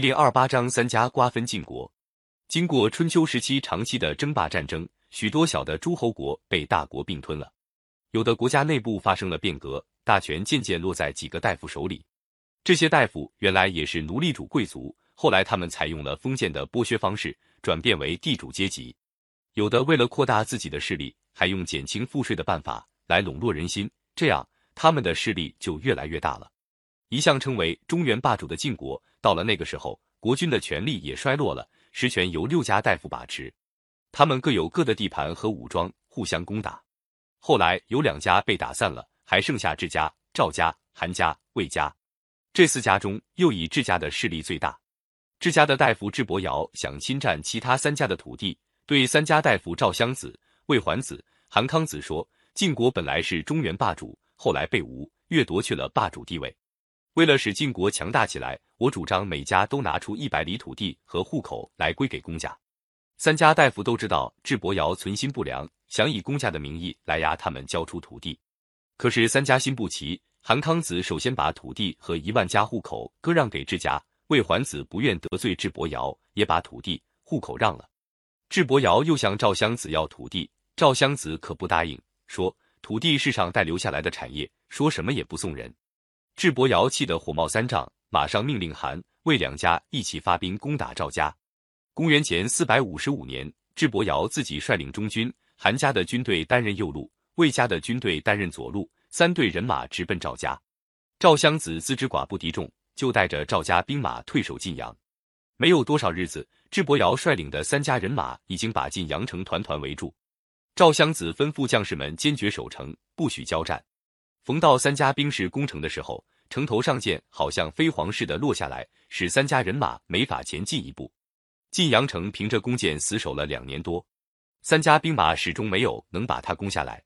列28章三家瓜分晋国。经过春秋时期长期的争霸战争，许多小的诸侯国被大国并吞了，有的国家内部发生了变革，大权渐渐落在几个大夫手里。这些大夫原来也是奴隶主贵族，后来他们采用了封建的剥削方式，转变为地主阶级。有的为了扩大自己的势力，还用减轻赋税的办法来笼络人心，这样他们的势力就越来越大了。一向称为中原霸主的晋国，到了那个时候，国君的权力也衰落了，实权由6家大夫把持，他们各有各的地盘和武装，互相攻打。后来有2家被打散了，还剩下智家、赵家、韩家、魏家。这4家中，又以智家的势力最大。智家的大夫智伯瑶想侵占其他3家的土地，对3家大夫赵襄子、魏桓子、韩康子说：晋国本来是中原霸主，后来被吴越夺去了霸主地位。为了使晋国强大起来，我主张每家都拿出100里土地和户口来归给公家。3家大夫都知道智伯瑶存心不良，想以公家的名义来压他们交出土地。可是3家心不齐，韩康子首先把土地和1万家户口割让给智家，魏桓子不愿得罪智伯瑶，也把土地、户口让了。智伯瑶又向赵襄子要土地，赵襄子可不答应，说土地是上代留下来的产业，说什么也不送人。智伯瑶气得火冒三丈，马上命令韩、魏2家一起发兵攻打赵家。公元前455年，智伯瑶自己率领中军，韩家的军队担任右路，魏家的军队担任左路，3队人马直奔赵家。赵襄子自知寡不敌众，就带着赵家兵马退守晋阳。没有多少日子，智伯瑶率领的3家人马已经把晋阳城团团围住。赵襄子吩咐将士们坚决守城，不许交战。逢到3家兵士攻城的时候，城头上箭好像飞蝗似的落下来，使3家人马没法前进一步。晋阳城凭着弓箭死守了2年多，3家兵马始终没有能把它攻下来。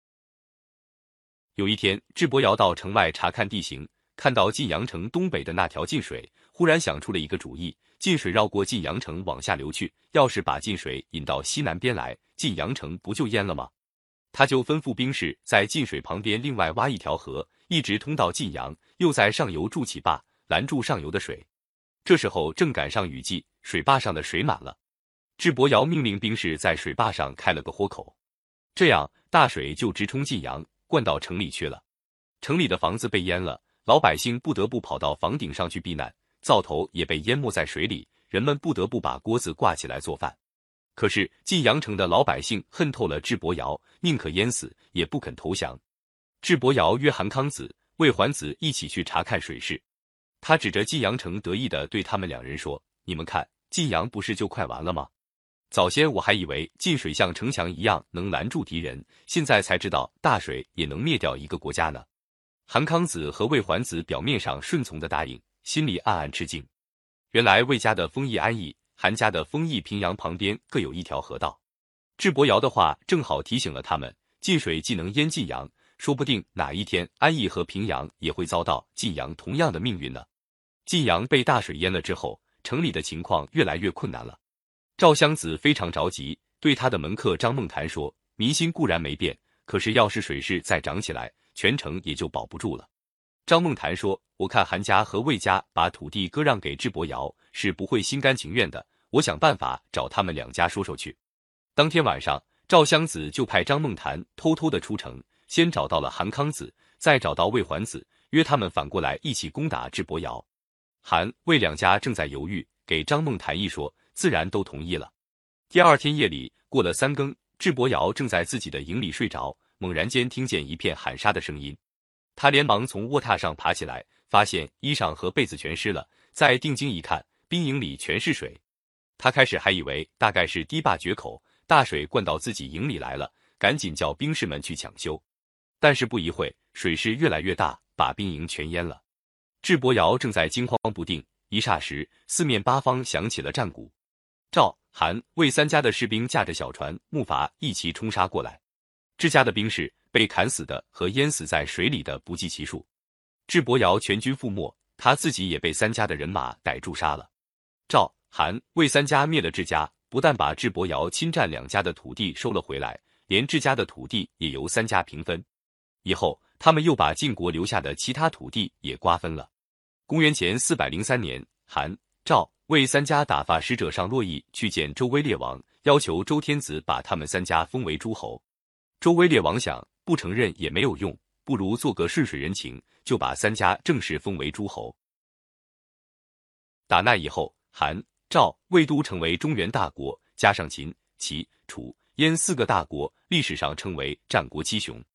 有一天，智伯瑶到城外查看地形，看到晋阳城东北的那条晋水，忽然想出了一个主意，晋水绕过晋阳城往下流去，要是把晋水引到西南边来，晋阳城不就淹了吗？他就吩咐兵士在晋水旁边另外挖一条河，一直通到晋阳，又在上游筑起坝，拦住上游的水。这时候正赶上雨季，水坝上的水满了。智伯瑶命令兵士在水坝上开了个豁口，这样大水就直冲晋阳，灌到城里去了。城里的房子被淹了，老百姓不得不跑到房顶上去避难，灶头也被淹没在水里，人们不得不把锅子挂起来做饭。可是晋阳城的老百姓恨透了智伯瑶，宁可淹死也不肯投降。智伯瑶约韩康子、魏桓子一起去查看水势。他指着晋阳城得意地对他们2人说：你们看，晋阳不是就快完了吗？早先我还以为晋水像城墙一样能拦住敌人，现在才知道大水也能灭掉一个国家呢。韩康子和魏桓子表面上顺从地答应，心里暗暗吃惊。原来魏家的丰邑安邑，韩家的丰邑平阳旁边各有一条河道。智伯瑶的话正好提醒了他们，晋水既能淹晋阳，说不定哪一天安邑和平阳也会遭到晋阳同样的命运呢。晋阳被大水淹了之后，城里的情况越来越困难了。赵襄子非常着急，对他的门客张孟谈说：民心固然没变，可是要是水势再涨起来，全城也就保不住了。张孟谈说：我看韩家和魏家把土地割让给智伯瑶是不会心甘情愿的，我想办法找他们2家说说去。当天晚上，赵襄子就派张孟谈偷偷的出城，先找到了韩康子，再找到魏桓子，约他们反过来一起攻打智伯瑶。韩、魏2家正在犹豫，给张孟谈一说，自然都同意了。第2天夜里，过了3更，智伯瑶正在自己的营里睡着，猛然间听见一片喊杀的声音。他连忙从卧榻上爬起来，发现衣裳和被子全湿了，再定睛一看，兵营里全是水。他开始还以为大概是堤坝决口，大水灌到自己营里来了，赶紧叫兵士们去抢修。但是不一会，水势越来越大，把兵营全淹了。智伯瑶正在惊慌不定，一霎时，四面八方响起了战鼓。赵、韩、魏3家的士兵驾着小船、木筏一齐冲杀过来。智家的兵士被砍死的和淹死在水里的不计其数。智伯瑶全军覆没，他自己也被3家的人马逮住杀了。赵、韩、魏3家灭了智家，不但把智伯瑶侵占2家的土地收了回来，连智家的土地也由3家平分。以后他们又把晋国留下的其他土地也瓜分了。公元前403年，韩、 赵、魏三家打发使者上洛邑去见周威烈王，要求周天子把他们三家封为诸侯。周威烈王想，不承认也没有用，不如做个顺水人情，就把三家正式封为诸侯。打那以后，韩、赵、魏都成为中原大国，加上秦、齐、楚、燕4个大国，历史上称为战国七雄。